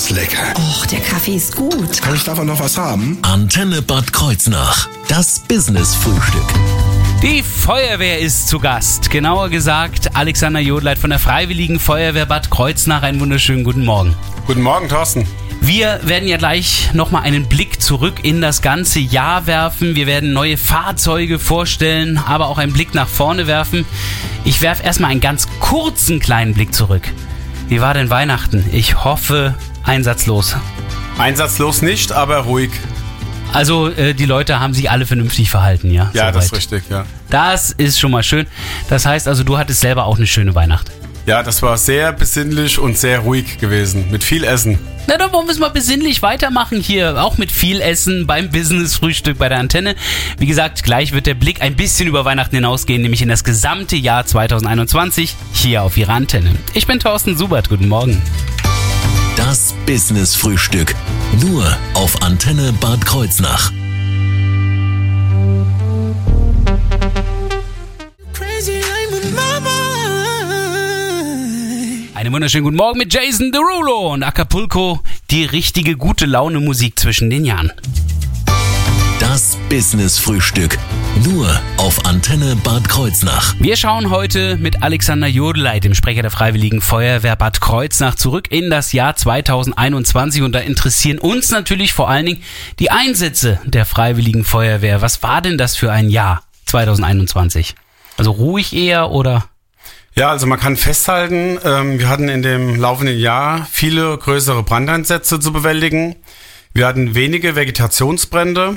ist lecker. Och, der Kaffee ist gut. Kann ich davon noch was haben? Antenne Bad Kreuznach. Das Business-Frühstück. Die Feuerwehr ist zu Gast. Genauer gesagt, Alexander Jodleit von der Freiwilligen Feuerwehr Bad Kreuznach. Einen wunderschönen guten Morgen. Guten Morgen, Thorsten. Wir werden ja gleich nochmal einen Blick zurück in das ganze Jahr werfen. Wir werden neue Fahrzeuge vorstellen, aber auch einen Blick nach vorne werfen. Ich werfe erstmal einen ganz kurzen kleinen Blick zurück. Wie war denn Weihnachten? Ich hoffe, einsatzlos. Einsatzlos nicht, aber ruhig. Also die Leute haben sich alle vernünftig verhalten, ja? Ja, Soweit. das ist richtig, ja. Das ist schon mal schön. Das heißt also, du hattest selber auch eine schöne Weihnacht. Ja, das war sehr besinnlich und sehr ruhig gewesen, mit viel Essen. Na, dann wollen wir es mal besinnlich weitermachen hier, auch mit viel Essen beim Business-Frühstück bei der Antenne. Wie gesagt, gleich wird der Blick ein bisschen über Weihnachten hinausgehen, nämlich in das gesamte Jahr 2021 hier auf Ihrer Antenne. Ich bin Thorsten Subert, guten Morgen. Das Business-Frühstück. Nur auf Antenne Bad Kreuznach. Einen wunderschönen guten Morgen mit Jason Derulo und Acapulco. Die richtige gute Laune Musik zwischen den Jahren. Das Business-Frühstück. Nur auf Antenne Bad Kreuznach. Wir schauen heute mit Alexander Jodleit, dem Sprecher der Freiwilligen Feuerwehr Bad Kreuznach, zurück in das Jahr 2021. Und da interessieren uns natürlich vor allen Dingen die Einsätze der Freiwilligen Feuerwehr. Was war denn das für ein Jahr 2021? Also ruhig eher oder? Ja, also man kann festhalten, wir hatten in dem laufenden Jahr viele größere Brandeinsätze zu bewältigen. Wir hatten wenige Vegetationsbrände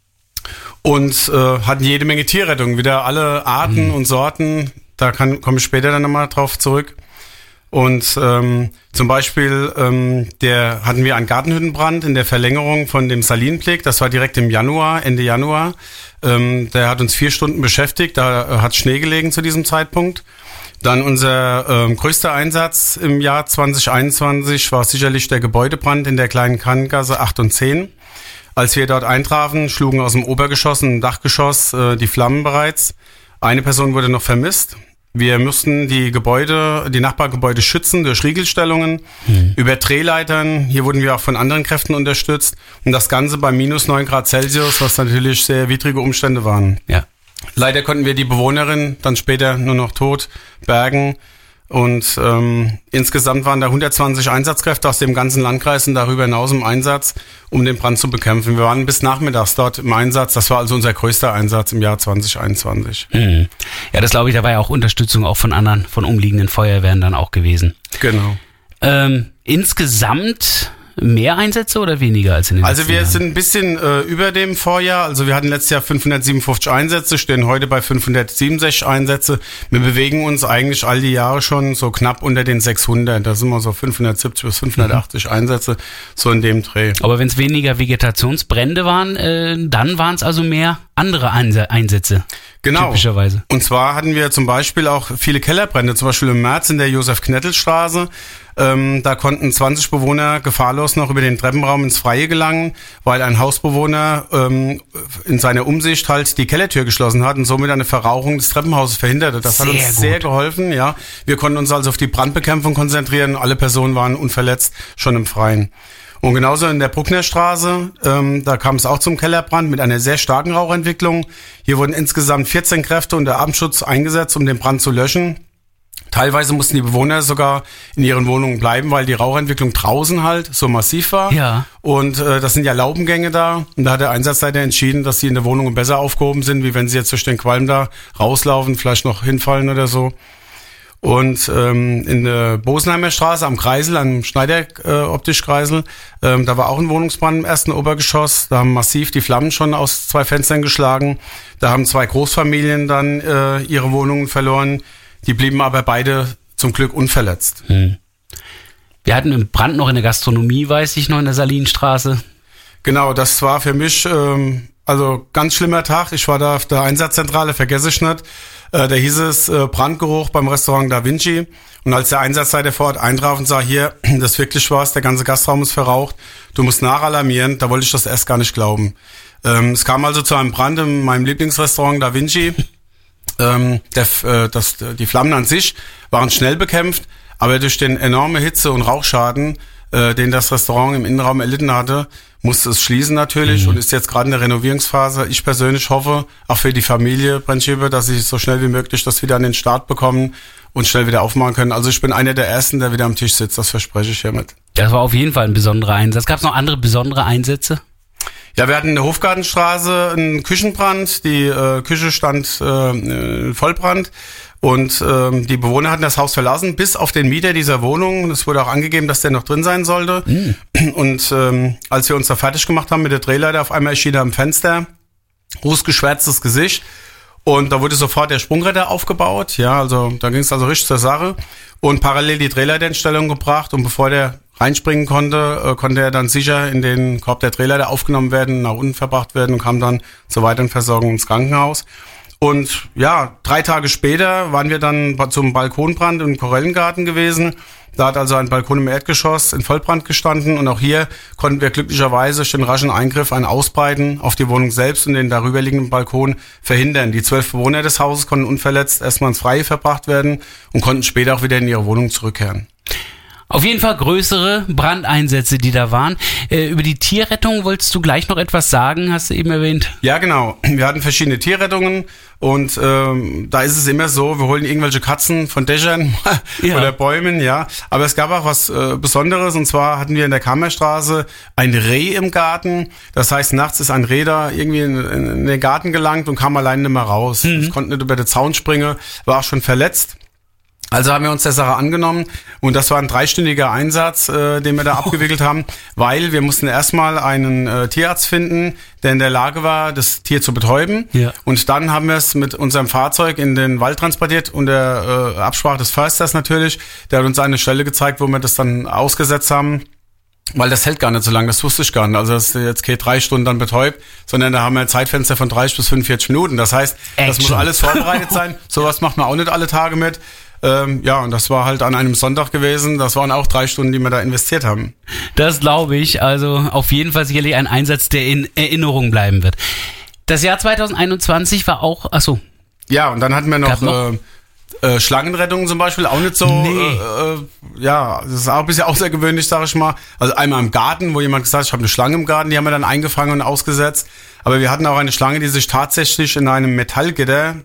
und hatten jede Menge Tierrettung. Wieder alle Arten und Sorten, da komme ich später dann nochmal drauf zurück. Und zum Beispiel hatten wir einen Gartenhüttenbrand in der Verlängerung von dem Salinblick. Das war direkt im Januar, Ende Januar. Der hat uns 4 Stunden beschäftigt, da hat Schnee gelegen zu diesem Zeitpunkt. Dann unser größter Einsatz im Jahr 2021 war sicherlich der Gebäudebrand in der kleinen Kanngasse 8 und 10. Als wir dort eintrafen, schlugen aus dem Obergeschoss und Dachgeschoss die Flammen bereits. Eine Person wurde noch vermisst. Wir mussten die Nachbargebäude schützen durch Riegelstellungen, über Drehleitern. Hier wurden wir auch von anderen Kräften unterstützt. Und das Ganze bei minus 9 Grad Celsius, was natürlich sehr widrige Umstände waren. Ja. Leider konnten wir die Bewohnerin dann später nur noch tot bergen. Und insgesamt waren da 120 Einsatzkräfte aus dem ganzen Landkreis und darüber hinaus im Einsatz, um den Brand zu bekämpfen. Wir waren bis nachmittags dort im Einsatz. Das war also unser größter Einsatz im Jahr 2021. Ja, das glaube ich, da war ja auch Unterstützung auch von anderen, von umliegenden Feuerwehren dann auch gewesen. Genau. Insgesamt mehr Einsätze oder weniger als in den letzten Jahren? Also wir sind ein bisschen über dem Vorjahr. Also wir hatten letztes Jahr 557 Einsätze, stehen heute bei 567 Einsätze. Wir bewegen uns eigentlich all die Jahre schon so knapp unter den 600. Da sind wir so 570 bis 580 Einsätze, so in dem Dreh. Aber wenn es weniger Vegetationsbrände waren, dann waren es also mehr andere Einsätze. Genau. Typischerweise. Und zwar hatten wir zum Beispiel auch viele Kellerbrände, zum Beispiel im März in der Josef-Knettel-Straße. Da konnten 20 Bewohner gefahrlos noch über den Treppenraum ins Freie gelangen, weil ein Hausbewohner in seiner Umsicht halt die Kellertür geschlossen hat und somit eine Verrauchung des Treppenhauses verhinderte. Das hat uns sehr geholfen. Ja, wir konnten uns also auf die Brandbekämpfung konzentrieren. Alle Personen waren unverletzt, schon im Freien. Und genauso in der Brucknerstraße, da kam es auch zum Kellerbrand mit einer sehr starken Rauchentwicklung. Hier wurden insgesamt 14 Kräfte unter Abendschutz eingesetzt, um den Brand zu löschen. Teilweise mussten die Bewohner sogar in ihren Wohnungen bleiben, weil die Rauchentwicklung draußen halt so massiv war. Ja. Und das sind ja Laubengänge da. Und da hat der Einsatzleiter entschieden, dass sie in der Wohnung besser aufgehoben sind, wie wenn sie jetzt durch den Qualm da rauslaufen, vielleicht noch hinfallen oder so. Und in der Bosenheimer Straße am Kreisel, am Schneider-Optisch-Kreisel, da war auch ein Wohnungsbrand im ersten Obergeschoss. Da haben massiv die Flammen schon aus 2 Fenstern geschlagen. Da haben 2 Großfamilien dann ihre Wohnungen verloren. Die blieben aber beide zum Glück unverletzt. Wir hatten einen Brand noch in der Gastronomie, weiß ich noch, in der Salinstraße. Genau, das war für mich also ganz schlimmer Tag. Ich war da auf der Einsatzzentrale, vergesse ich nicht. Da hieß es Brandgeruch beim Restaurant Da Vinci. Und als der Einsatzleiter vor Ort eintraf und sah, hier, das wirklich war's, der ganze Gastraum ist verraucht, du musst nachalarmieren, da wollte ich das erst gar nicht glauben. Es kam also zu einem Brand in meinem Lieblingsrestaurant Da Vinci. Die Flammen an sich waren schnell bekämpft, aber durch den enorme Hitze- und Rauchschaden den das Restaurant im Innenraum erlitten hatte, musste es schließen natürlich und ist jetzt gerade in der Renovierungsphase. Ich persönlich hoffe, auch für die Familie Brennschieber, dass sie so schnell wie möglich das wieder an den Start bekommen und schnell wieder aufmachen können. Also ich bin einer der Ersten, der wieder am Tisch sitzt, das verspreche ich hiermit. Das war auf jeden Fall ein besonderer Einsatz. Gab es noch andere besondere Einsätze? Ja, wir hatten in der Hofgartenstraße einen Küchenbrand. Die Küche stand Vollbrand und die Bewohner hatten das Haus verlassen, bis auf den Mieter dieser Wohnung. Es wurde auch angegeben, dass der noch drin sein sollte. Und als wir uns da fertig gemacht haben mit der Drehleiter, auf einmal erschien er am Fenster, rußgeschwärztes Gesicht. Und da wurde sofort der Sprungretter aufgebaut. Ja, also da ging es also richtig zur Sache. Und parallel die Drehleiter in Stellung gebracht. Und bevor der reinspringen konnte, konnte er dann sicher in den Korb der Drehleiter aufgenommen werden, nach unten verbracht werden und kam dann zur weiteren Versorgung ins Krankenhaus. Und ja, 3 Tage später waren wir dann zum Balkonbrand im Korellengarten gewesen. Da hat also ein Balkon im Erdgeschoss in Vollbrand gestanden und auch hier konnten wir glücklicherweise durch den raschen Eingriff ein Ausbreiten auf die Wohnung selbst und den darüberliegenden Balkon verhindern. Die 12 Bewohner des Hauses konnten unverletzt erstmal ins Freie verbracht werden und konnten später auch wieder in ihre Wohnung zurückkehren. Auf jeden Fall größere Brandeinsätze, die da waren. Über die Tierrettung wolltest du gleich noch etwas sagen, hast du eben erwähnt. Ja, genau. Wir hatten verschiedene Tierrettungen und da ist es immer so, wir holen irgendwelche Katzen von Dächern oder Bäumen, ja. Aber es gab auch was Besonderes und zwar hatten wir in der Kammerstraße ein Reh im Garten. Das heißt, nachts ist ein Reh da irgendwie in den Garten gelangt und kam alleine nicht mehr raus. Es konnte nicht über den Zaun springen, war auch schon verletzt. Also haben wir uns der Sache angenommen und das war ein 3-stündiger Einsatz, den wir da abgewickelt haben, weil wir mussten erstmal einen Tierarzt finden, der in der Lage war, das Tier zu betäuben. Ja. Und dann haben wir es mit unserem Fahrzeug in den Wald transportiert, unter Absprache des Försters natürlich. Der hat uns eine Stelle gezeigt, wo wir das dann ausgesetzt haben. Weil das hält gar nicht so lange, das wusste ich gar nicht. Also das ist jetzt keine 3 Stunden dann betäubt, sondern da haben wir ein Zeitfenster von 30 bis 45 Minuten. Das heißt, das muss alles vorbereitet sein. Sowas macht man auch nicht alle Tage mit. Ja, und das war halt an einem Sonntag gewesen. Das waren auch 3 Stunden, die wir da investiert haben. Das glaube ich. Also auf jeden Fall sicherlich ein Einsatz, der in Erinnerung bleiben wird. Das Jahr 2021 war auch, achso. Ja, und dann hatten wir noch Schlangenrettung zum Beispiel, auch nicht so, ja, das ist auch ein bisschen außergewöhnlich, sag ich mal. Also einmal im Garten, wo jemand gesagt hat, ich habe eine Schlange im Garten, die haben wir dann eingefangen und ausgesetzt. Aber wir hatten auch eine Schlange, die sich tatsächlich in einem Metallgitter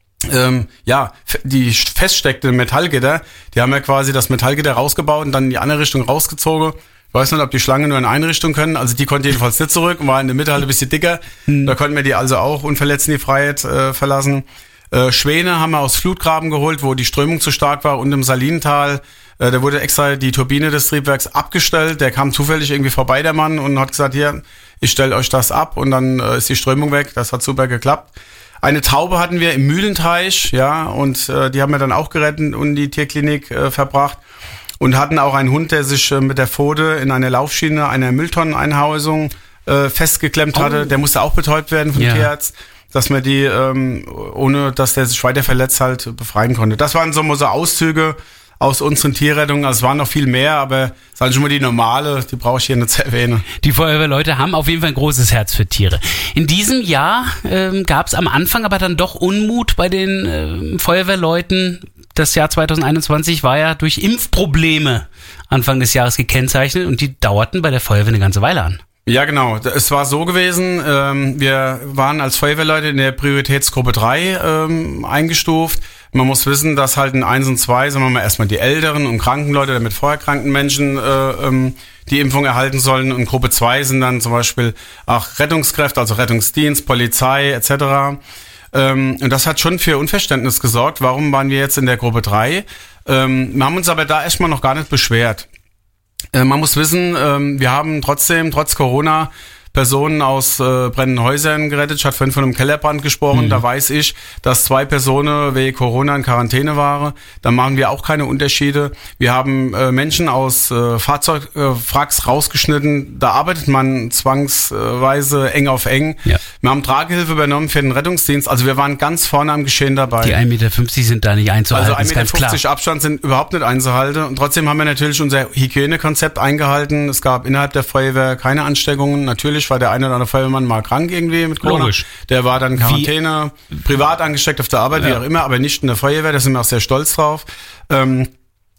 die feststeckte Metallgitter, die haben ja quasi das Metallgitter rausgebaut und dann in die andere Richtung rausgezogen. Ich weiß nicht, ob die Schlangen nur in eine Richtung können, also die konnte jedenfalls nicht zurück und war in der Mitte halt ein bisschen dicker. Da konnten wir die also auch unverletzt in die Freiheit verlassen. Schwäne haben wir aus Flutgraben geholt, wo die Strömung zu stark war und im Salintal. Da wurde extra die Turbine des Triebwerks abgestellt. Der kam zufällig irgendwie vorbei, der Mann, und hat gesagt, hier, ich stelle euch das ab und dann ist die Strömung weg. Das hat super geklappt. Eine Taube hatten wir im Mühlenteich, ja, und die haben wir dann auch gerettet und in die Tierklinik verbracht. Und hatten auch einen Hund, der sich mit der Pfote in eine Laufschiene einer Mülltonneneinhausung festgeklemmt hatte. Der musste auch betäubt werden vom Tierarzt, dass man die, ohne dass der sich weiter verletzt, halt befreien konnte. Das waren so Auszüge aus unseren Tierrettungen. Also es waren noch viel mehr, aber es waren schon mal die normale, die brauche ich hier nicht zu erwähnen. Die Feuerwehrleute haben auf jeden Fall ein großes Herz für Tiere. In diesem Jahr gab es am Anfang aber dann doch Unmut bei den Feuerwehrleuten. Das Jahr 2021 war ja durch Impfprobleme Anfang des Jahres gekennzeichnet und die dauerten bei der Feuerwehr eine ganze Weile an. Ja, genau. Es war so gewesen, wir waren als Feuerwehrleute in der Prioritätsgruppe 3 eingestuft. Man muss wissen, dass halt in 1 und 2, sagen wir mal, erstmal die älteren und kranken Leute, damit vorher kranken Menschen die Impfung erhalten sollen. Und Gruppe 2 sind dann zum Beispiel auch Rettungskräfte, also Rettungsdienst, Polizei etc. Und das hat schon für Unverständnis gesorgt. Warum waren wir jetzt in der Gruppe 3? Wir haben uns aber da erstmal noch gar nicht beschwert. Man muss wissen, wir haben trotzdem, trotz Corona, Personen aus brennenden Häusern gerettet. Ich hatte vorhin von einem Kellerbrand gesprochen. Da weiß ich, dass 2 Personen wegen Corona in Quarantäne waren. Da machen wir auch keine Unterschiede. Wir haben Menschen aus Fahrzeugwracks rausgeschnitten. Da arbeitet man zwangsweise eng auf eng. Ja. Wir haben Tragehilfe übernommen für den Rettungsdienst. Also wir waren ganz vorne am Geschehen dabei. Die 1,50 Meter sind da nicht einzuhalten. Also 1,50 Meter Abstand sind überhaupt nicht einzuhalten. Und trotzdem haben wir natürlich unser Hygienekonzept eingehalten. Es gab innerhalb der Feuerwehr keine Ansteckungen. Natürlich war der eine oder andere Feuerwehrmann mal krank irgendwie mit Corona. Logisch. Der war dann in Quarantäne, privat angesteckt auf der Arbeit, wie auch immer, aber nicht in der Feuerwehr. Da sind wir auch sehr stolz drauf.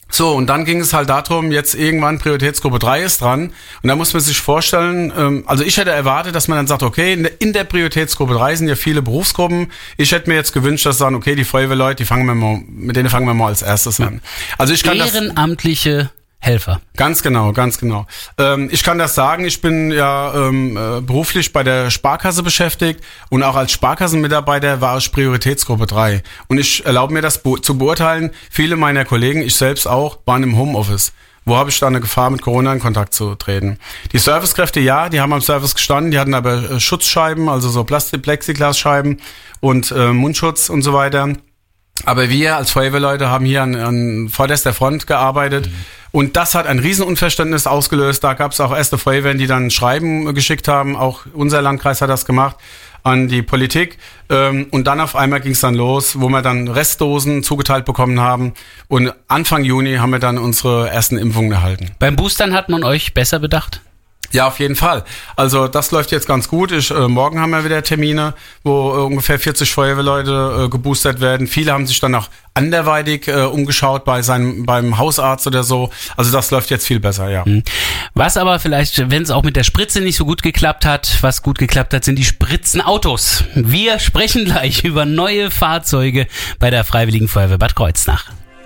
So, und dann ging es halt darum, jetzt irgendwann Prioritätsgruppe 3 ist dran. Und da muss man sich vorstellen, also ich hätte erwartet, dass man dann sagt, okay, in der Prioritätsgruppe 3 sind ja viele Berufsgruppen. Ich hätte mir jetzt gewünscht, dass sagen, okay, die Feuerwehrleute, mit denen fangen wir mal als erstes an. Also ich kann ehrenamtliche Helfer. Ganz genau. Ich kann das sagen, ich bin ja beruflich bei der Sparkasse beschäftigt und auch als Sparkassenmitarbeiter war ich Prioritätsgruppe 3. Und ich erlaube mir das zu beurteilen, viele meiner Kollegen, ich selbst auch, waren im Homeoffice. Wo habe ich da eine Gefahr, mit Corona in Kontakt zu treten? Die Servicekräfte, ja, die haben am Service gestanden, die hatten aber Schutzscheiben, also so Plexiglasscheiben und Mundschutz und so weiter. Aber wir als Feuerwehrleute haben hier an vorderster Front gearbeitet. Und das hat ein Riesenunverständnis ausgelöst. Da gab es auch erste Feuerwehren, die dann Schreiben geschickt haben. Auch unser Landkreis hat das gemacht an die Politik. Und dann auf einmal ging es dann los, wo wir dann Restdosen zugeteilt bekommen haben. Und Anfang Juni haben wir dann unsere ersten Impfungen erhalten. Beim Boostern hat man euch besser bedacht? Ja, auf jeden Fall. Also das läuft jetzt ganz gut. Morgen haben wir wieder Termine, wo ungefähr 40 Feuerwehrleute geboostert werden. Viele haben sich dann auch anderweitig umgeschaut beim Hausarzt oder so. Also das läuft jetzt viel besser, ja. Was aber vielleicht, wenn es auch mit der Spritze nicht so gut geklappt hat, was gut geklappt hat, sind die Spritzenautos. Wir sprechen gleich über neue Fahrzeuge bei der Freiwilligen Feuerwehr Bad Kreuznach.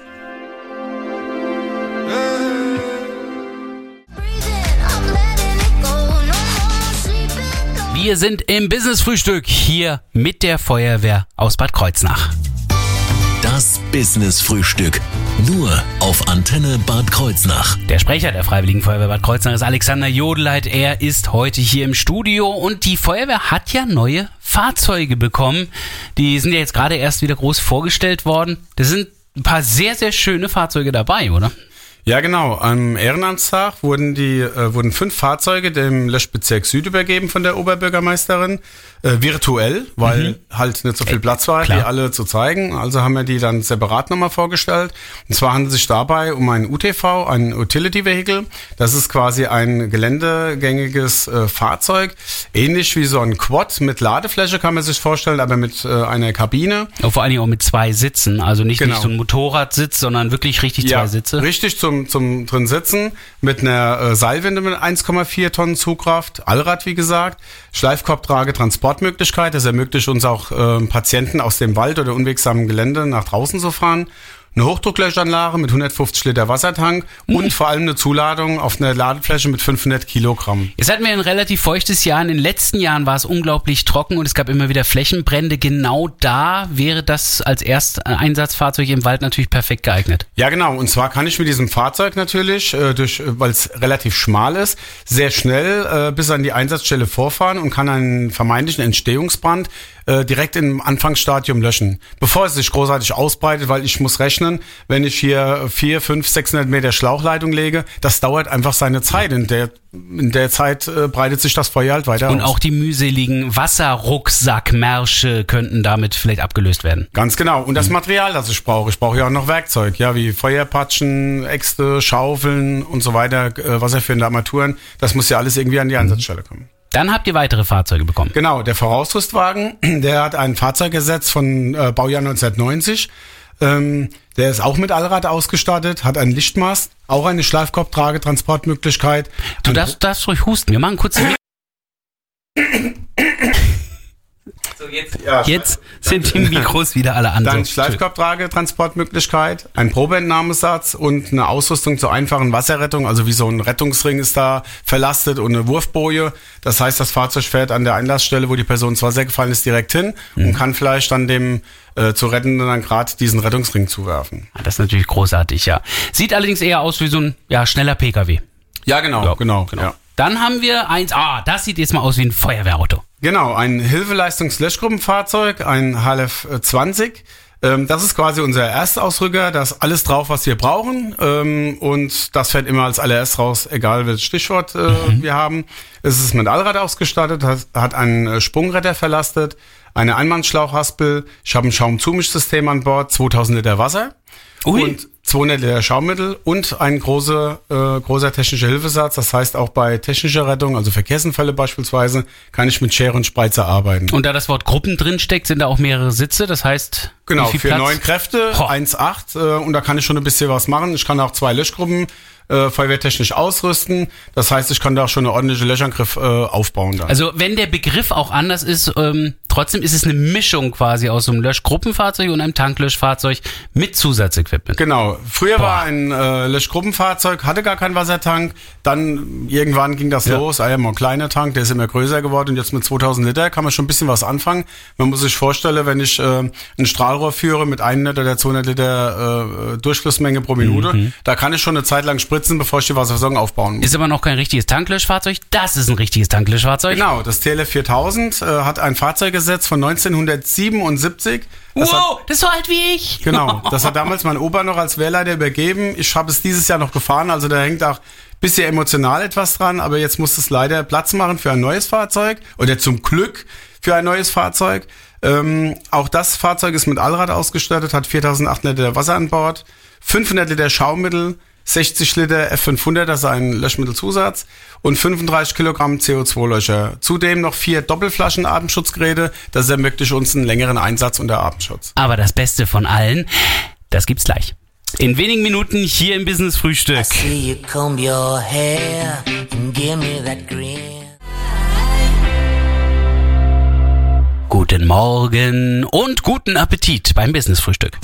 Wir sind im Business-Frühstück hier mit der Feuerwehr aus Bad Kreuznach. Das Business-Frühstück. Nur auf Antenne Bad Kreuznach. Der Sprecher der Freiwilligen Feuerwehr Bad Kreuznach ist Alexander Jodeleit. Er ist heute hier im Studio und die Feuerwehr hat ja neue Fahrzeuge bekommen. Die sind ja jetzt gerade erst wieder groß vorgestellt worden. Da sind ein paar sehr, sehr schöne Fahrzeuge dabei, oder? Ja, genau. Am Ehrenamtstag wurden 5 Fahrzeuge dem Löschbezirk Süd übergeben von der Oberbürgermeisterin. Virtuell, weil halt nicht so viel Platz war, die alle zu zeigen. Also haben wir die dann separat nochmal vorgestellt. Und zwar handelt es sich dabei um ein UTV, ein Utility Vehicle. Das ist quasi ein geländegängiges Fahrzeug. Ähnlich wie so ein Quad mit Ladefläche kann man sich vorstellen, aber mit einer Kabine. Und vor allen Dingen auch mit 2 Sitzen. Also nicht so ein Motorradsitz, sondern wirklich richtig 2 Sitze. Richtig zum drin sitzen. Mit einer Seilwinde mit 1,4 Tonnen Zugkraft. Allrad, wie gesagt. Schleifkorbtrage, Transportmöglichkeit. Das ermöglicht uns auch Patienten aus dem Wald oder unwegsamen Gelände nach draußen zu fahren. Eine Hochdrucklöschanlage mit 150 Liter Wassertank und vor allem eine Zuladung auf einer Ladefläche mit 500 Kilogramm. Jetzt hatten wir ein relativ feuchtes Jahr. In den letzten Jahren war es unglaublich trocken und es gab immer wieder Flächenbrände. Genau da wäre das als Ersteinsatzfahrzeug im Wald natürlich perfekt geeignet. Ja, genau. Und zwar kann ich mit diesem Fahrzeug natürlich, weil es relativ schmal ist, sehr schnell bis an die Einsatzstelle vorfahren und kann einen vermeintlichen Entstehungsbrand direkt im Anfangsstadium löschen, bevor es sich großartig ausbreitet, weil ich muss rechnen, wenn ich hier 400, 500, 600 Meter Schlauchleitung lege, das dauert einfach seine Zeit. In der Zeit breitet sich das Feuer halt weiter aus. Und auch die mühseligen Wasserrucksackmärsche könnten damit vielleicht abgelöst werden. Ganz genau. Und das Material, das ich brauche ja auch noch Werkzeug, ja, wie Feuerpatschen, Äxte, Schaufeln und so weiter, wasserführende Armaturen. Das muss ja alles irgendwie an die Einsatzstelle kommen. Dann habt ihr weitere Fahrzeuge bekommen. Genau, der Vorausrüstwagen, der hat ein Fahrzeug ersetzt von Baujahr 1990. Der ist auch mit Allrad ausgestattet, hat einen Lichtmast, auch eine Schleifkorbtrage, Transportmöglichkeit. Du darfst ruhig husten, wir machen kurz So, jetzt sind die Mikros wieder alle an. Dann Schleifkorbtrage, Transportmöglichkeit, ein Probeentnahmesatz und eine Ausrüstung zur einfachen Wasserrettung. Also wie so ein Rettungsring ist da verlastet und eine Wurfboje. Das heißt, das Fahrzeug fährt an der Einlassstelle, wo die Person ins Wasser gefallen ist, direkt hin und kann vielleicht dann dem zu Rettenden dann gerade diesen Rettungsring zuwerfen. Das ist natürlich großartig, ja. Sieht allerdings eher aus wie so ein schneller PKW. Ja, genau. Ja. Dann haben wir eins, das sieht jetzt mal aus wie ein Feuerwehrauto. Genau, ein Hilfeleistungs-Löschgruppenfahrzeug, ein HLF 20. Das ist quasi unser Erstausrücker, da ist alles drauf, was wir brauchen. Und das fährt immer als allererst raus, egal welches Stichwort wir haben. Es ist mit Allrad ausgestattet, hat einen Sprungretter verlastet, eine Einmannschlauchhaspel. Ich habe ein Schaumzumischsystem an Bord, 2000 Liter Wasser. Ui. Und 200 Liter Schaumittel und ein großer technischer Hilfesatz. Das heißt, auch bei technischer Rettung, also Verkehrsunfälle beispielsweise, kann ich mit Schere und Spreizer arbeiten. Und da das Wort Gruppen drin steckt, sind da auch mehrere Sitze, das heißt... Genau, für 9 Kräfte, 1,8 und da kann ich schon ein bisschen was machen. Ich kann auch 2 Löschgruppen feuerwehrtechnisch ausrüsten. Das heißt, ich kann da auch schon einen ordentlichen Löschangriff aufbauen. Dann. Also wenn der Begriff auch anders ist, trotzdem ist es eine Mischung quasi aus so einem Löschgruppenfahrzeug und einem Tanklöschfahrzeug mit Zusatzequipment. Genau. Früher war ein Löschgruppenfahrzeug, hatte gar keinen Wassertank. Dann irgendwann ging das los. Mal ein kleiner Tank, der ist immer größer geworden. Und jetzt mit 2000 Liter kann man schon ein bisschen was anfangen. Man muss sich vorstellen, wenn ich ein Strahlrohr führe mit 100 oder 200 Liter Durchflussmenge pro Minute, da kann ich schon eine Zeit lang spritzen, bevor ich die Wasserversorgung aufbauen muss. Ist aber noch kein richtiges Tanklöschfahrzeug. Das ist ein richtiges Tanklöschfahrzeug. Genau, das TLF 4000 hat ein Fahrzeuggesetz von 1977. Das ist so alt wie ich. Genau, das hat damals mein Opa noch als Wehrleiter übergeben. Ich habe es dieses Jahr noch gefahren, also da hängt auch ein bisschen emotional etwas dran, aber jetzt muss es leider Platz machen für ein neues Fahrzeug oder zum Glück für ein neues Fahrzeug. Auch das Fahrzeug ist mit Allrad ausgestattet, hat 4800 Liter Wasser an Bord, 500 Liter Schaumittel, 60 Liter F500, das ist ein Löschmittelzusatz und 35 Kilogramm CO2-Löcher. Zudem noch 4 Doppelflaschen Atemschutzgeräte, das ermöglicht uns einen längeren Einsatz unter Atemschutz. Aber das Beste von allen, das gibt's gleich. In wenigen Minuten hier im Business Frühstück. I see you comb your hair and give me that grin. Guten Morgen und guten Appetit beim Business Frühstück.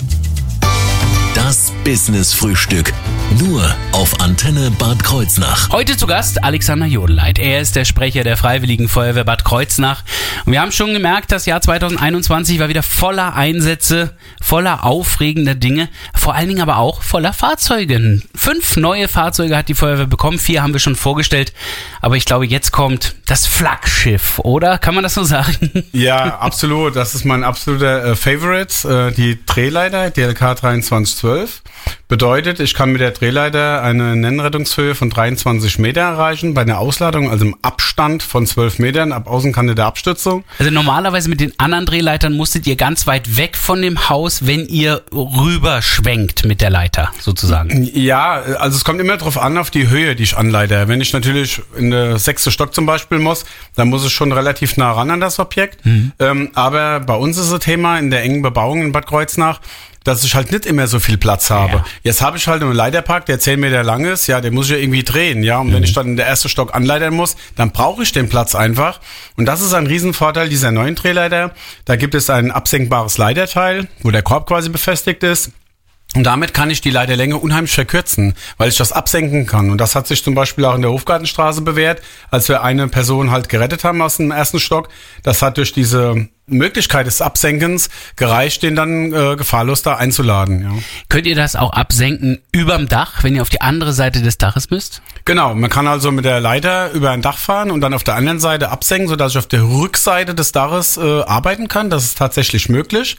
Das Business Frühstück. Nur auf Antenne Bad Kreuznach. Heute zu Gast Alexander Jodeleit. Er ist der Sprecher der Freiwilligen Feuerwehr Bad Kreuznach. Und wir haben schon gemerkt, das Jahr 2021 war wieder voller Einsätze, voller aufregender Dinge, vor allen Dingen aber auch voller Fahrzeuge. 5 neue Fahrzeuge hat die Feuerwehr bekommen, 4 haben wir schon vorgestellt. Aber ich glaube, jetzt kommt das Flaggschiff, oder? Kann man das so sagen? Ja, absolut. Das ist mein absoluter Favorite, die Drehleiter DLK 2312. Bedeutet, ich kann mit der Drehleiter eine Nennrettungshöhe von 23 Meter erreichen, bei einer Ausladung, also im Abstand von 12 Metern, ab Außenkante der Abstützung. Also normalerweise mit den anderen Drehleitern musstet ihr ganz weit weg von dem Haus, wenn ihr rüberschwenkt mit der Leiter, sozusagen. Ja, also es kommt immer drauf an, auf die Höhe, die ich anleite. Wenn ich natürlich in der 6. Stock zum Beispiel muss, dann muss ich schon relativ nah ran an das Objekt. Aber bei uns ist das Thema in der engen Bebauung in Bad Kreuznach, dass ich halt nicht immer so viel Platz habe. Ja. Jetzt habe ich halt einen Leiterpark, der 10 Meter lang ist, ja, den muss ich ja irgendwie drehen, ja. Und wenn ich dann in der 1. Stock anleitern muss, dann brauche ich den Platz einfach. Und das ist ein Riesenvorteil dieser neuen Drehleiter. Da gibt es ein absenkbares Leiterteil, wo der Korb quasi befestigt ist. Und damit kann ich die Leiterlänge unheimlich verkürzen, weil ich das absenken kann. Und das hat sich zum Beispiel auch in der Hofgartenstraße bewährt, als wir eine Person halt gerettet haben aus dem 1. Stock. Das hat durch diese Möglichkeit des Absenkens gereicht, den dann gefahrlos da einzuladen. Ja. Könnt ihr das auch absenken überm Dach, wenn ihr auf die andere Seite des Daches müsst? Genau, man kann also mit der Leiter über ein Dach fahren und dann auf der anderen Seite absenken, sodass ich auf der Rückseite des Daches arbeiten kann. Das ist tatsächlich möglich.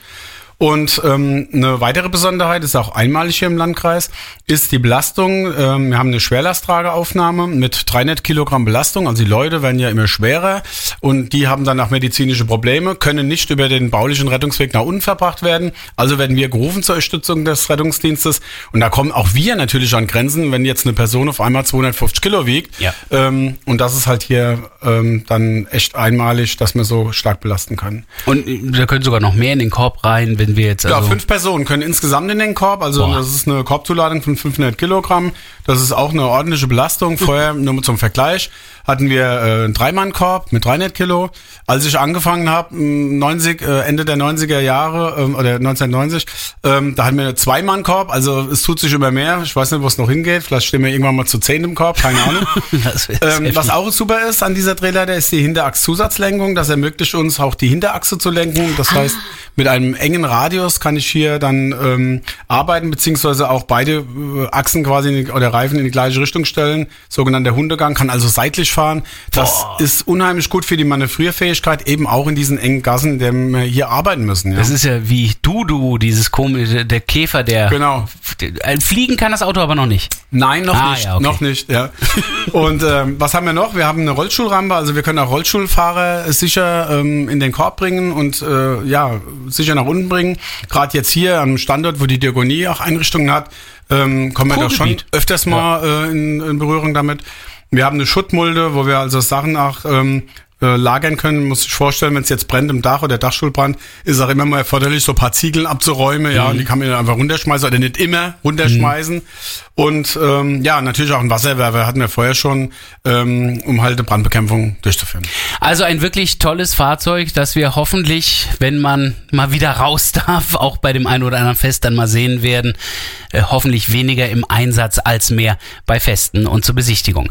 Und eine weitere Besonderheit, ist auch einmalig hier im Landkreis, ist die Belastung. Wir haben eine Schwerlasttrageaufnahme mit 300 Kilogramm Belastung. Also die Leute werden ja immer schwerer und die haben dann auch medizinische Probleme, können nicht über den baulichen Rettungsweg nach unten verbracht werden. Also werden wir gerufen zur Unterstützung des Rettungsdienstes. Und da kommen auch wir natürlich an Grenzen, wenn jetzt eine Person auf einmal 250 Kilo wiegt. Ja. Und das ist halt hier dann echt einmalig, dass wir so stark belasten können. Und da können sogar noch mehr in den Korb rein, wenn wir jetzt... Ja, 5 Personen können insgesamt in den Korb, also das ist eine Korbzuladung von 500 Kilogramm. Das ist auch eine ordentliche Belastung. Vorher, nur zum Vergleich, hatten wir einen 3-Mann-Korb mit 300 Kilo. Als ich angefangen habe, Ende der 90er Jahre oder 1990, da hatten wir einen 2-Mann-Korb. Also es tut sich immer mehr. Ich weiß nicht, wo es noch hingeht. Vielleicht stehen wir irgendwann mal zu 10 im Korb, keine Ahnung. Was auch super ist an dieser Drehleiter, ist die Hinterachszusatzlenkung. Das ermöglicht uns auch die Hinterachse zu lenken. Das heißt, mit einem engen Radius kann ich hier dann arbeiten, beziehungsweise auch beide Achsen quasi oder Reifen in die gleiche Richtung stellen. Sogenannter Hundegang, kann also seitlich fahren. Das ist unheimlich gut für die Manövrierfähigkeit, eben auch in diesen engen Gassen, in denen wir hier arbeiten müssen. Ja. Das ist ja wie Dudu, dieses komische, der Käfer, der... Genau. Fliegen kann das Auto aber noch nicht. Nein, noch nicht. Ja, okay. Noch nicht, ja. Und was haben wir noch? Wir haben eine Rollstuhlrahmen Sprungrampe, also wir können auch Rollstuhlfahrer sicher in den Korb bringen und sicher nach unten bringen. Gerade jetzt hier am Standort, wo die Diakonie auch Einrichtungen hat, kommen wir doch schon öfters mal in Berührung damit. Wir haben eine Schuttmulde, wo wir also Sachen auch lagern können. Muss ich vorstellen, wenn es jetzt brennt im Dach oder Dachstuhlbrand, ist auch immer mal erforderlich, so ein paar Ziegeln abzuräumen, und die kann man dann einfach runterschmeißen oder nicht immer runterschmeißen. Und natürlich auch ein Wasserwerfer hatten wir vorher schon, um halt eine Brandbekämpfung durchzuführen. Also ein wirklich tolles Fahrzeug, das wir hoffentlich, wenn man mal wieder raus darf, auch bei dem einen oder anderen Fest dann mal sehen werden. Hoffentlich weniger im Einsatz als mehr bei Festen und zur Besichtigung.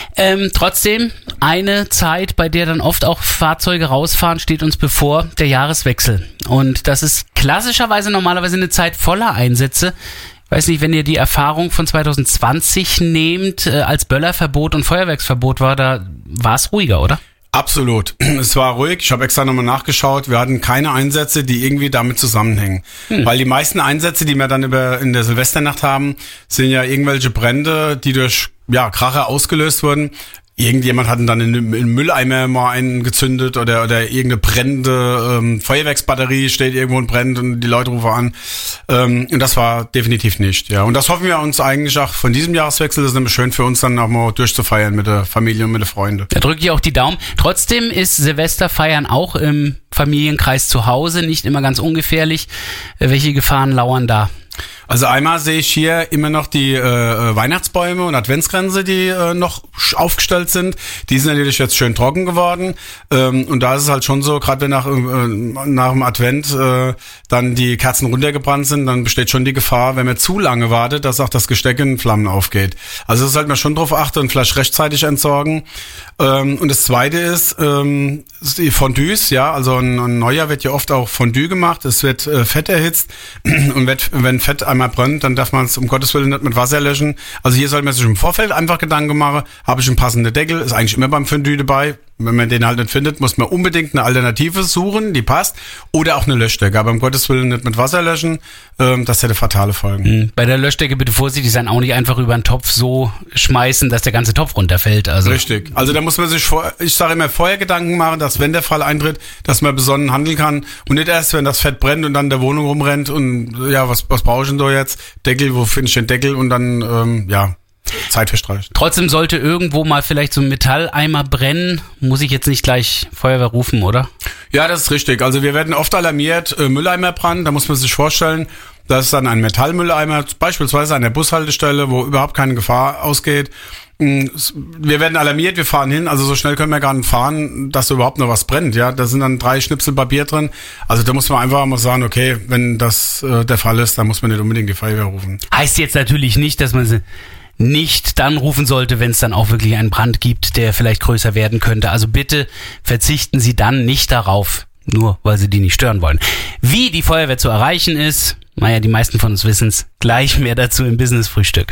Trotzdem, eine Zeit, bei der dann oft auch Fahrzeuge rausfahren, steht uns bevor, der Jahreswechsel. Und das ist klassischerweise normalerweise eine Zeit voller Einsätze. Ich weiß nicht, wenn ihr die Erfahrung von 2020 nehmt, als Böllerverbot und Feuerwerksverbot war, da war es ruhiger, oder? Absolut. Es war ruhig. Ich habe extra nochmal nachgeschaut. Wir hatten keine Einsätze, die irgendwie damit zusammenhängen. Weil die meisten Einsätze, die wir dann in der Silvesternacht haben, sind ja irgendwelche Brände, die durch Kracher ausgelöst wurden. Irgendjemand hat dann in einen Mülleimer mal einen gezündet oder irgendeine brennende Feuerwerksbatterie steht irgendwo und brennt und die Leute rufen an. Und das war definitiv nicht. Ja. Und das hoffen wir uns eigentlich auch von diesem Jahreswechsel. Das ist nämlich schön für uns dann auch mal durchzufeiern mit der Familie und mit den Freunden. Da drücke ich auch die Daumen. Trotzdem ist Silvesterfeiern auch im Familienkreis zu Hause nicht immer ganz ungefährlich. Welche Gefahren lauern da? Also einmal sehe ich hier immer noch die Weihnachtsbäume und Adventskränze, die noch aufgestellt sind. Die sind natürlich jetzt schön trocken geworden. Und da ist es halt schon so, gerade wenn nach dem Advent dann die Kerzen runtergebrannt sind, dann besteht schon die Gefahr, wenn man zu lange wartet, dass auch das Gesteck in Flammen aufgeht. Also das sollte man schon drauf achten und vielleicht rechtzeitig entsorgen. Und das Zweite ist die Fondues, also ein Neujahr wird ja oft auch Fondue gemacht. Es wird Fett erhitzt und wenn Fett einmal brennt, dann darf man es um Gottes Willen nicht mit Wasser löschen. Also hier sollte man sich im Vorfeld einfach Gedanken machen, habe ich einen passenden Deckel, ist eigentlich immer beim Fondue dabei. Wenn man den halt nicht findet, muss man unbedingt eine Alternative suchen, die passt. Oder auch eine Löschdecke, aber um Gottes Willen nicht mit Wasser löschen, das hätte fatale Folgen. Bei der Löschdecke bitte vorsichtig sein, auch nicht einfach über einen Topf so schmeißen, dass der ganze Topf runterfällt. Also. Richtig, also da muss man sich ich sage immer, vorher Gedanken machen, dass wenn der Fall eintritt, dass man besonnen handeln kann und nicht erst, wenn das Fett brennt und dann in der Wohnung rumrennt und was brauche ich denn da jetzt? Deckel, wo finde ich den Deckel? Und dann, Zeit verstreicht. Trotzdem sollte irgendwo mal vielleicht so ein Metalleimer brennen, muss ich jetzt nicht gleich Feuerwehr rufen, oder? Ja, das ist richtig. Also wir werden oft alarmiert, Mülleimerbrand, da muss man sich vorstellen, das ist dann ein Metallmülleimer, beispielsweise an der Bushaltestelle, wo überhaupt keine Gefahr ausgeht. Wir werden alarmiert, wir fahren hin, also so schnell können wir gar nicht fahren, dass da überhaupt noch was brennt, da sind dann 3 Schnipsel Papier drin, also da muss man einfach mal sagen, okay, wenn das der Fall ist, dann muss man nicht unbedingt die Feuerwehr rufen. Heißt jetzt natürlich nicht, dass man sie nicht dann rufen sollte, wenn es dann auch wirklich einen Brand gibt, der vielleicht größer werden könnte. Also bitte verzichten Sie dann nicht darauf, nur weil Sie die nicht stören wollen. Wie die Feuerwehr zu erreichen ist, die meisten von uns wissen es, gleich mehr dazu im Business-Frühstück.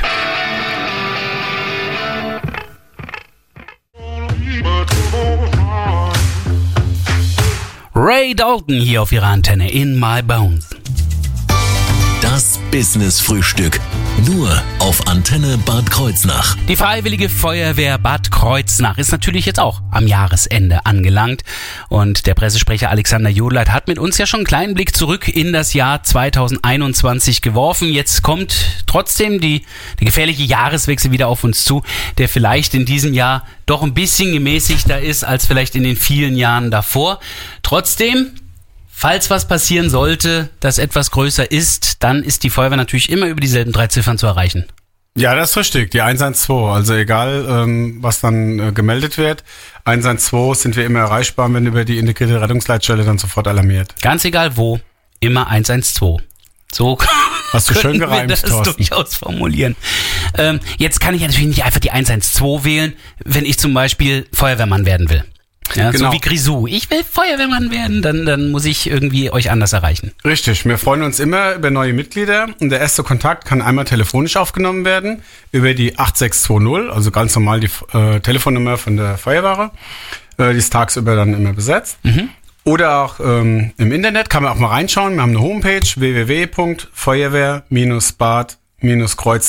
Ray Dalton hier auf Ihrer Antenne in My Bones. Das Business-Frühstück. Nur auf Antenne Bad Kreuznach. Die Freiwillige Feuerwehr Bad Kreuznach ist natürlich jetzt auch am Jahresende angelangt. Und der Pressesprecher Alexander Jodleit hat mit uns ja schon einen kleinen Blick zurück in das Jahr 2021 geworfen. Jetzt kommt trotzdem der gefährliche Jahreswechsel wieder auf uns zu, der vielleicht in diesem Jahr doch ein bisschen gemäßigter ist als vielleicht in den vielen Jahren davor. Trotzdem, falls was passieren sollte, das etwas größer ist, dann ist die Feuerwehr natürlich immer über dieselben 3 Ziffern zu erreichen. Ja, das ist richtig, die 112. Also egal, was dann gemeldet wird, 112 sind wir immer erreichbar, wenn über die integrierte Rettungsleitstelle dann sofort alarmiert. Ganz egal wo, immer 112. So hast du schön gereimt, wir das Thorsten. Durchaus formulieren. Jetzt kann ich natürlich nicht einfach die 112 wählen, wenn ich zum Beispiel Feuerwehrmann werden will. Ja, genau. So wie Grisou. Ich will Feuerwehrmann werden, dann muss ich irgendwie euch anders erreichen. Richtig, wir freuen uns immer über neue Mitglieder und der erste Kontakt kann einmal telefonisch aufgenommen werden über die 8620, also ganz normal die Telefonnummer von der Feuerwehr. Die ist tagsüber dann immer besetzt. Oder auch im Internet kann man auch mal reinschauen. Wir haben eine Homepage www.feuerwehr-bad-kreuznach.de.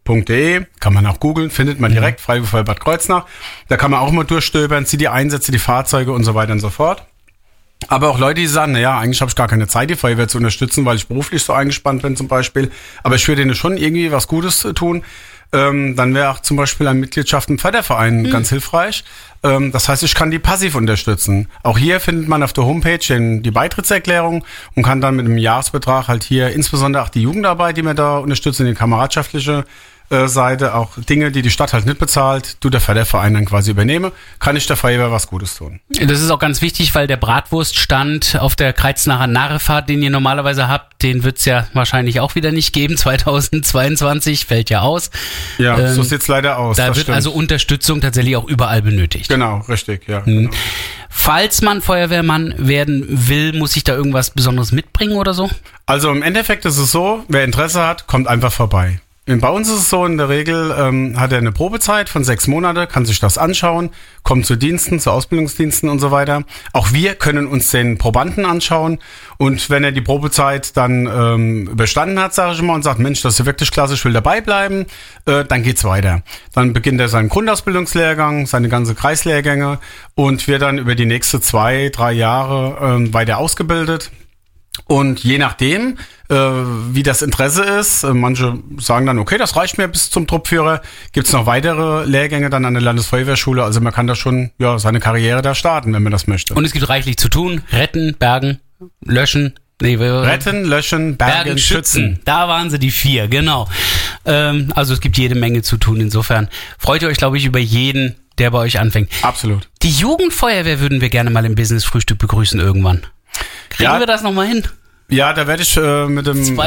freiwilligefeuerwehr.de, kann man auch googeln, findet man direkt, Freiwillige Feuerwehr Bad Kreuznach. Da kann man auch mal durchstöbern, sieht die Einsätze, die Fahrzeuge und so weiter und so fort. Aber auch Leute, die sagen, naja, eigentlich habe ich gar keine Zeit, die Feuerwehr zu unterstützen, weil ich beruflich so eingespannt bin zum Beispiel. Aber ich würde denen schon irgendwie was Gutes tun. Dann wäre auch zum Beispiel eine Mitgliedschaft im Förderverein ganz hilfreich. Das heißt, ich kann die passiv unterstützen. Auch hier findet man auf der Homepage die Beitrittserklärung und kann dann mit einem Jahresbetrag halt hier insbesondere auch die Jugendarbeit, die wir da unterstützen, die kameradschaftliche Seite, auch Dinge, die Stadt halt nicht bezahlt, der Förderverein dann quasi übernehme, kann ich der Feuerwehr was Gutes tun. Das ist auch ganz wichtig, weil der Bratwurststand auf der Kreuznacher Narrefahrt, den ihr normalerweise habt, den wird's ja wahrscheinlich auch wieder nicht geben. 2022 fällt ja aus. Ja, so sieht's leider aus. Da wird also Unterstützung tatsächlich auch überall benötigt. Genau, richtig, ja. Genau. Falls man Feuerwehrmann werden will, muss ich da irgendwas Besonderes mitbringen oder so? Also im Endeffekt ist es so, wer Interesse hat, kommt einfach vorbei. Bei uns ist es so, in der Regel hat er eine Probezeit von 6 Monate, kann sich das anschauen, kommt zu Diensten, zu Ausbildungsdiensten und so weiter. Auch wir können uns den Probanden anschauen und wenn er die Probezeit dann überstanden hat, sage ich mal, und sagt, Mensch, das ist wirklich klasse, ich will dabei bleiben, dann geht's weiter. Dann beginnt er seinen Grundausbildungslehrgang, seine ganze Kreislehrgänge und wird dann über die nächsten 2-3 Jahre weiter ausgebildet. Und je nachdem, wie das Interesse ist, manche sagen dann, okay, das reicht mir bis zum Truppführer, gibt's noch weitere Lehrgänge dann an der Landesfeuerwehrschule, also man kann da schon seine Karriere da starten, wenn man das möchte. Und es gibt reichlich zu tun, retten, bergen, löschen. Retten, löschen, bergen, schützen. Da waren sie die 4, genau. Also es gibt jede Menge zu tun, insofern freut ihr euch, glaube ich, über jeden, der bei euch anfängt. Absolut. Die Jugendfeuerwehr würden wir gerne mal im Business-Frühstück begrüßen irgendwann. Kriegen wir das nochmal hin? Ja, da werde ich mit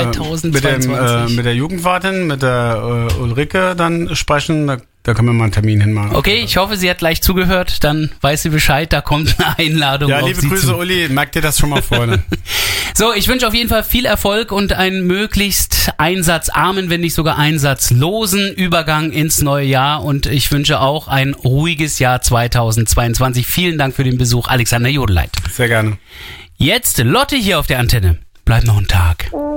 der Jugendwartin, mit der Ulrike dann sprechen. Da können wir mal einen Termin hinmachen. Okay, ich hoffe, sie hat gleich zugehört. Dann weiß sie Bescheid, da kommt eine Einladung. Ja, liebe Grüße, zu. Uli. Merkt dir das schon mal vor. Ne? So, ich wünsche auf jeden Fall viel Erfolg und einen möglichst einsatzarmen, wenn nicht sogar einsatzlosen Übergang ins neue Jahr. Und ich wünsche auch ein ruhiges Jahr 2022. Vielen Dank für den Besuch, Alexander Jodleit. Sehr gerne. Jetzt Lotte hier auf der Antenne. Bleib noch einen Tag.